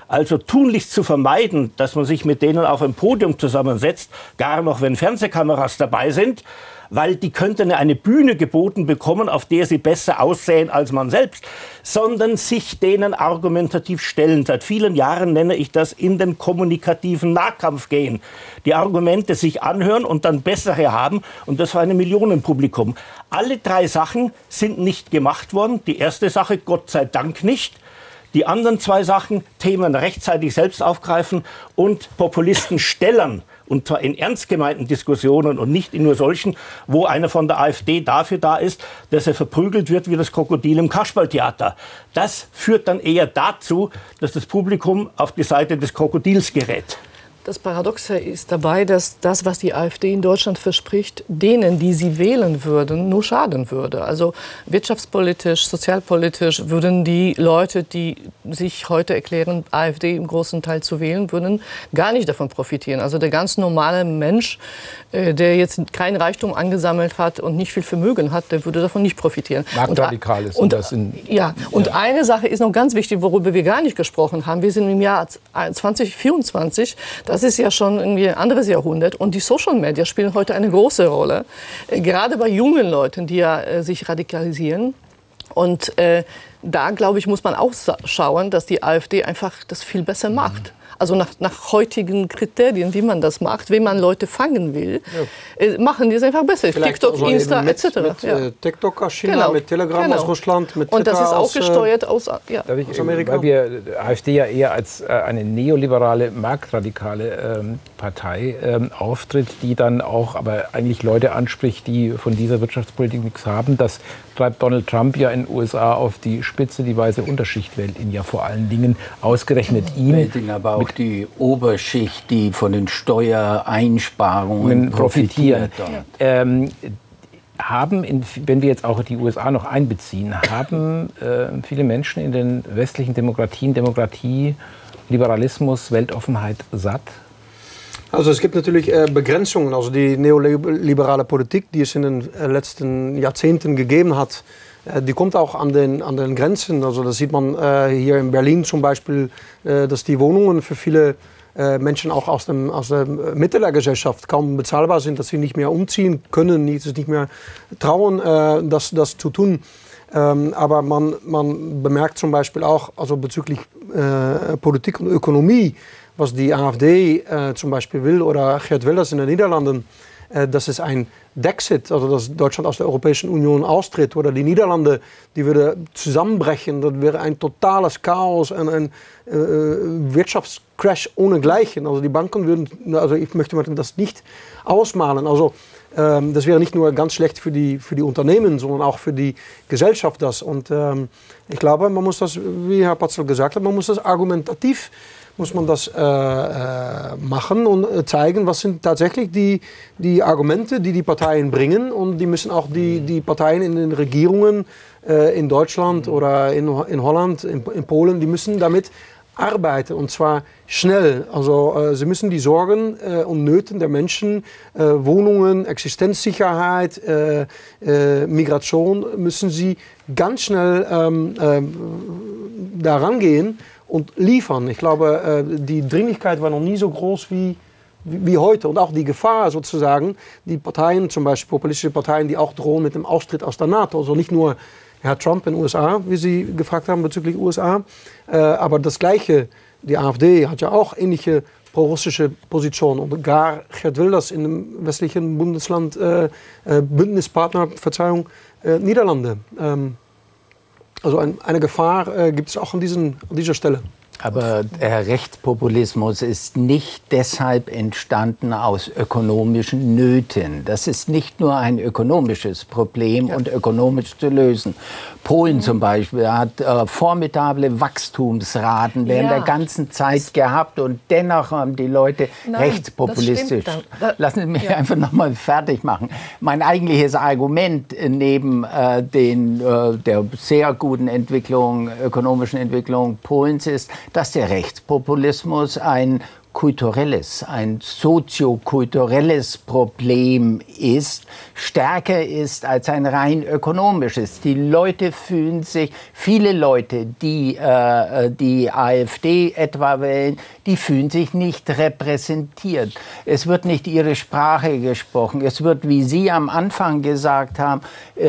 also tunlichst zu vermeiden, dass man sich mit denen auf ein Podium zusammensetzt, gar noch wenn Fernsehkameras dabei sind, weil die könnten eine Bühne geboten bekommen, auf der sie besser aussehen als man selbst, sondern sich denen argumentativ stellen. Seit vielen Jahren nenne ich das in den kommunikativen Nahkampf gehen. Die Argumente sich anhören und dann bessere haben, und das war ein Millionenpublikum. Alle drei Sachen sind nicht gemacht worden. Die erste Sache, Gott sei Dank nicht. Die anderen zwei Sachen, Themen rechtzeitig selbst aufgreifen und Populisten stellern. Und zwar in ernst gemeinten Diskussionen und nicht in nur solchen, wo einer von der AfD dafür da ist, dass er verprügelt wird wie das Krokodil im Kasperltheater. Das führt dann eher dazu, dass das Publikum auf die Seite des Krokodils gerät. Das Paradoxe ist dabei, dass das, was die AfD in Deutschland verspricht, denen, die sie wählen würden, nur schaden würde. Also wirtschaftspolitisch, sozialpolitisch würden die Leute, die sich heute erklären, AfD im großen Teil zu wählen, würden gar nicht davon profitieren. Also der ganz normale Mensch, der jetzt kein Reichtum angesammelt hat und nicht viel Vermögen hat, der würde davon nicht profitieren. Marktradikal ist und, das in, ja, und ja. Eine Sache ist noch ganz wichtig, worüber wir gar nicht gesprochen haben. Wir sind im Jahr zwanzig vierundzwanzig. Das ist ja schon irgendwie ein anderes Jahrhundert. Und die Social Media spielen heute eine große Rolle. Äh, gerade bei jungen Leuten, die ja äh, sich radikalisieren. Und äh, da, glaube ich, muss man auch schauen, dass die AfD einfach das viel besser macht. Also nach, nach heutigen Kriterien, wie man das macht, wenn man Leute fangen will, ja. äh, machen die es einfach besser. Vielleicht TikTok, also Insta, mit, et cetera. Mit ja. äh, TikTok aus China, genau. mit Telegram genau. aus Russland, mit Twitter und das ist auch aus, gesteuert aus, ja. ich, aus Amerika. Weil wir AfD ja eher als äh, eine neoliberale, marktradikale ähm, Partei ähm, auftritt, die dann auch aber eigentlich Leute anspricht, die von dieser Wirtschaftspolitik nichts haben. Das treibt Donald Trump ja in den U S A auf die Spitze. Die weiße Unterschicht wählt ihn ja vor allen Dingen, ausgerechnet ihn. Wählt ihn aber auch die Oberschicht, die von den Steuereinsparungen profitiert. profitieren. Ähm, haben, in, wenn wir jetzt auch die U S A noch einbeziehen, haben äh, viele Menschen in den westlichen Demokratien Demokratie, Liberalismus, Weltoffenheit satt? Also es gibt natürlich äh, Begrenzungen. Also die neoliberale Politik, die es in den äh, letzten Jahrzehnten gegeben hat, äh, die kommt auch an den, an den Grenzen. Also das sieht man äh, hier in Berlin zum Beispiel, äh, dass die Wohnungen für viele äh, Menschen auch aus, dem, aus der Mitte der Gesellschaft kaum bezahlbar sind, dass sie nicht mehr umziehen können, die sich nicht mehr trauen, äh, das, das zu tun. Ähm, aber man, man bemerkt zum Beispiel auch, also bezüglich äh, Politik und Ökonomie, was die AfD äh, zum Beispiel will oder Geert Wilders in den Niederlanden, äh, dass es ein Dexit, also dass Deutschland aus der Europäischen Union austritt oder die Niederlande, die würde zusammenbrechen, das wäre ein totales Chaos, ein, ein äh, Wirtschaftscrash ohnegleichen. Also die Banken würden, also ich möchte mir das nicht ausmalen. Also ähm, das wäre nicht nur ganz schlecht für die, für die Unternehmen, sondern auch für die Gesellschaft das. Und ähm, ich glaube, man muss das, wie Herr Patzel gesagt hat, man muss das argumentativ muss man das äh, äh, machen und äh, zeigen, was sind tatsächlich die, die Argumente, die die Parteien bringen. Und die müssen auch die, die Parteien in den Regierungen äh, in Deutschland oder in, in Holland, in, in Polen, die müssen damit arbeiten und zwar schnell. Also äh, sie müssen die Sorgen äh, und Nöten der Menschen, äh, Wohnungen, Existenzsicherheit, äh, äh, Migration, müssen sie ganz schnell ähm, äh, daran gehen und liefern. Ich glaube, die Dringlichkeit war noch nie so groß wie, wie heute. Und auch die Gefahr sozusagen, die Parteien, zum Beispiel populistische Parteien, die auch drohen mit dem Austritt aus der NATO. Also nicht nur Herr Trump in den U S A, wie Sie gefragt haben bezüglich U S A, aber das Gleiche, die AfD hat ja auch ähnliche pro-russische Positionen. Und gar Geert Wilders in dem westlichen Bundesland, äh, Bündnispartner, Verzeihung, äh, Niederlande. Ähm, Also ein, eine Gefahr äh, gibt es auch an, diesen, an dieser Stelle. Aber der Rechtspopulismus ist nicht deshalb entstanden aus ökonomischen Nöten. Das ist nicht nur ein ökonomisches Problem ja. und ökonomisch zu lösen. Polen zum Beispiel hat äh, formidable Wachstumsraten während ja. der ganzen Zeit gehabt und dennoch haben die Leute Nein, rechtspopulistisch. Da, Lassen Sie mich ja. einfach noch mal fertig machen. Mein eigentliches Argument neben äh, den, äh, der sehr guten Entwicklung, ökonomischen Entwicklung Polens ist, dass der Rechtspopulismus ein kulturelles, ein soziokulturelles Problem ist, stärker ist als ein rein ökonomisches. Die Leute fühlen sich, viele Leute, die äh, die AfD etwa wählen, die fühlen sich nicht repräsentiert. Es wird nicht ihre Sprache gesprochen. Es wird, wie Sie am Anfang gesagt haben,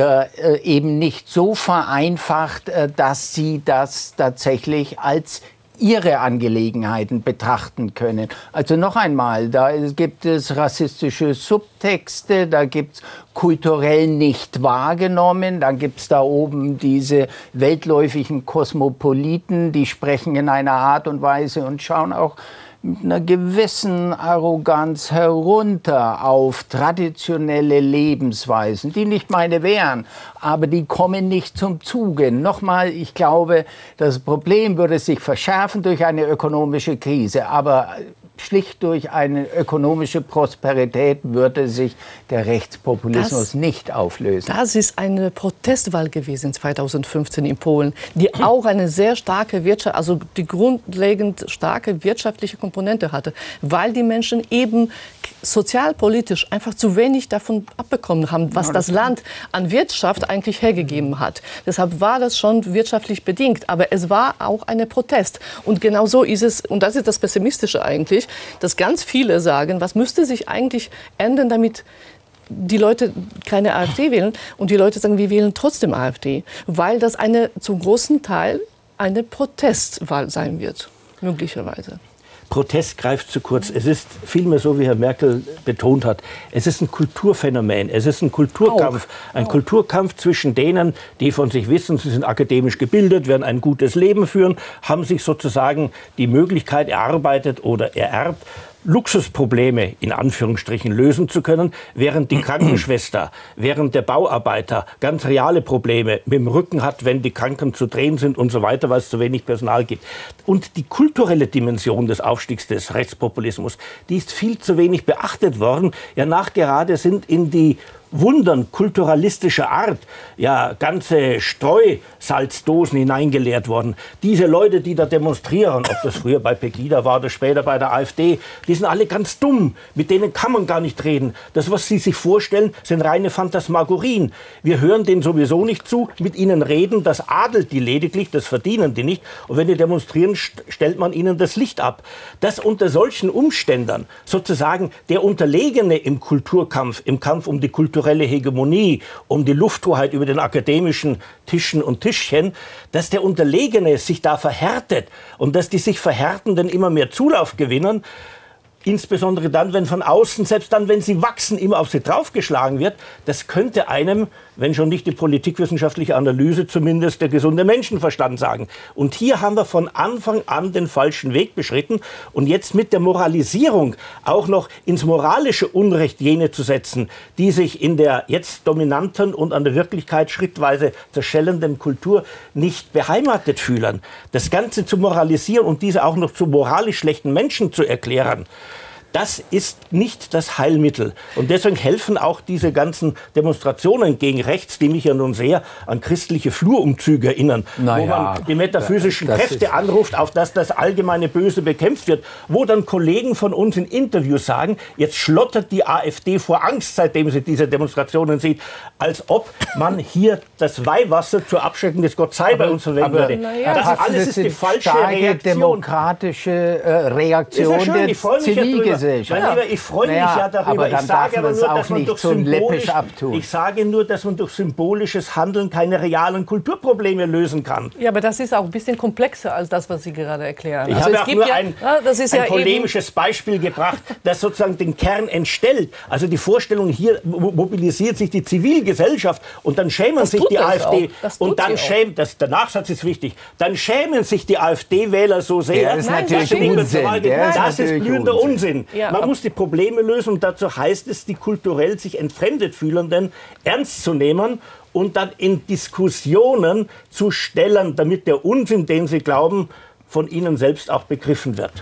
äh, eben nicht so vereinfacht, äh, dass sie das tatsächlich als ihre Angelegenheiten betrachten können. Also noch einmal, da gibt es rassistische Subtexte, da gibt es kulturell nicht wahrgenommen, dann gibt es da oben diese weltläufigen Kosmopoliten, die sprechen in einer Art und Weise und schauen auch mit einer gewissen Arroganz herunter auf traditionelle Lebensweisen, die nicht meine wären, aber die kommen nicht zum Zuge. Nochmal, ich glaube, das Problem würde sich verschärfen durch eine ökonomische Krise, aber schlicht durch eine ökonomische Prosperität würde sich der Rechtspopulismus das, nicht auflösen. Das ist eine Protestwahl gewesen zweitausendfünfzehn in Polen, die auch eine sehr starke Wirtschaft, also die grundlegend starke wirtschaftliche Komponente hatte, weil die Menschen eben sozialpolitisch einfach zu wenig davon abbekommen haben, was das Land an Wirtschaft eigentlich hergegeben hat. Deshalb war das schon wirtschaftlich bedingt, aber es war auch eine Protest. Und genau so ist es, und das ist das Pessimistische eigentlich, dass ganz viele sagen, was müsste sich eigentlich ändern, damit die Leute keine AfD wählen. Und die Leute sagen, wir wählen trotzdem AfD, weil das eine, zum großen Teil eine Protestwahl sein wird, möglicherweise. Protest greift zu kurz. Es ist vielmehr so, wie Herr Merkel betont hat, es ist ein Kulturphänomen, es ist ein Kulturkampf. Auch. Ein auch. Kulturkampf zwischen denen, die von sich wissen, sie sind akademisch gebildet, werden ein gutes Leben führen, haben sich sozusagen die Möglichkeit erarbeitet oder ererbt, Luxusprobleme in Anführungsstrichen lösen zu können, während die Krankenschwester, während der Bauarbeiter ganz reale Probleme mit dem Rücken hat, wenn die Kranken zu drehen sind und so weiter, weil es zu wenig Personal gibt. Und die kulturelle Dimension des Aufstiegs des Rechtspopulismus, die ist viel zu wenig beachtet worden. Ja, nachgerade sind in die Wundern kulturalistischer Art ja ganze Streusalzdosen hineingeleert worden. Diese Leute, die da demonstrieren, ob das früher bei Pegida war oder später bei der AfD, die sind alle ganz dumm. Mit denen kann man gar nicht reden. Das, was sie sich vorstellen, sind reine Phantasmagorien. Wir hören denen sowieso nicht zu. Mit ihnen reden, das adelt die lediglich, das verdienen die nicht. Und wenn die demonstrieren, stellt man ihnen das Licht ab. Dass unter solchen Umständen sozusagen der Unterlegene im Kulturkampf, im Kampf um die Kultur Hegemonie, um die Lufthoheit über den akademischen Tischen und Tischchen, dass der Unterlegene sich da verhärtet und dass die sich Verhärtenden immer mehr Zulauf gewinnen, insbesondere dann, wenn von außen, selbst dann, wenn sie wachsen, immer auf sie draufgeschlagen wird, das könnte einem, wenn schon nicht die politikwissenschaftliche Analyse, zumindest der gesunde Menschenverstand sagen. Und hier haben wir von Anfang an den falschen Weg beschritten. Und jetzt mit der Moralisierung auch noch ins moralische Unrecht jene zu setzen, die sich in der jetzt dominanten und an der Wirklichkeit schrittweise zerschellenden Kultur nicht beheimatet fühlen. Das Ganze zu moralisieren und diese auch noch zu moralisch schlechten Menschen zu erklären, das ist nicht das Heilmittel. Und deswegen helfen auch diese ganzen Demonstrationen gegen rechts, die mich ja nun sehr an christliche Flurumzüge erinnern, naja, wo man die metaphysischen Kräfte anruft, auf dass das allgemeine Böse bekämpft wird, wo dann Kollegen von uns in Interviews sagen, jetzt schlottert die AfD vor Angst, seitdem sie diese Demonstrationen sieht, als ob man hier das Weihwasser zur Abschreckung des Gott sei bei uns verwenden würde. Ja. Das das alles ist die falsche Reaktion. Demokratische äh, Reaktion ja der Zivilgesellschaft. Mein Lieber, ich freue mich naja, ja darüber. Ich sage aber nur, dass man durch so symbolisch, ich sage nur, dass man durch symbolisches Handeln keine realen Kulturprobleme lösen kann. Ja, aber das ist auch ein bisschen komplexer als das, was Sie gerade erklären. Ich also habe es auch gibt nur ja, ein, ja, das ist ein ja polemisches Beispiel gebracht, das sozusagen den Kern entstellt. Also die Vorstellung, hier mobilisiert sich die Zivilgesellschaft und dann schämen das sich die AfD. Und dann schämt, das, der Nachsatz ist wichtig, dann schämen sich die AfD-Wähler so sehr. Der ist natürlich Unsinn. Der das ist blühender Unsinn. Ja, man muss die Probleme lösen und dazu heißt es, die kulturell sich entfremdet Fühlenden ernst zu nehmen und dann in Diskussionen zu stellen, damit der Unsinn, den sie glauben, von ihnen selbst auch begriffen wird.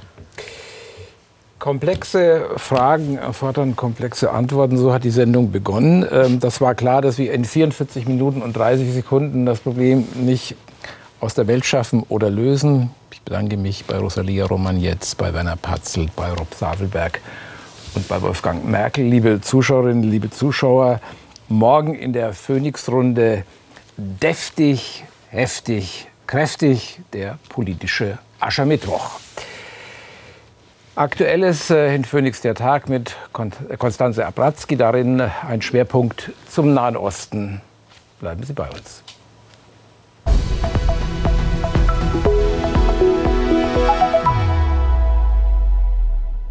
Komplexe Fragen erfordern komplexe Antworten. So hat die Sendung begonnen. Das war klar, dass wir in vierundvierzig Minuten und dreißig Sekunden das Problem nicht aus der Welt schaffen oder lösen. Ich bedanke mich bei Rosalia Romagnetz, bei Werner Patzelt, bei Rob Savelberg und bei Wolfgang Merkel. Liebe Zuschauerinnen, liebe Zuschauer, morgen in der Phoenix-Runde deftig, heftig, kräftig, der politische Aschermittwoch. Aktuelles in Phoenix der Tag mit Konstanze Abratzky, darin ein Schwerpunkt zum Nahen Osten. Bleiben Sie bei uns.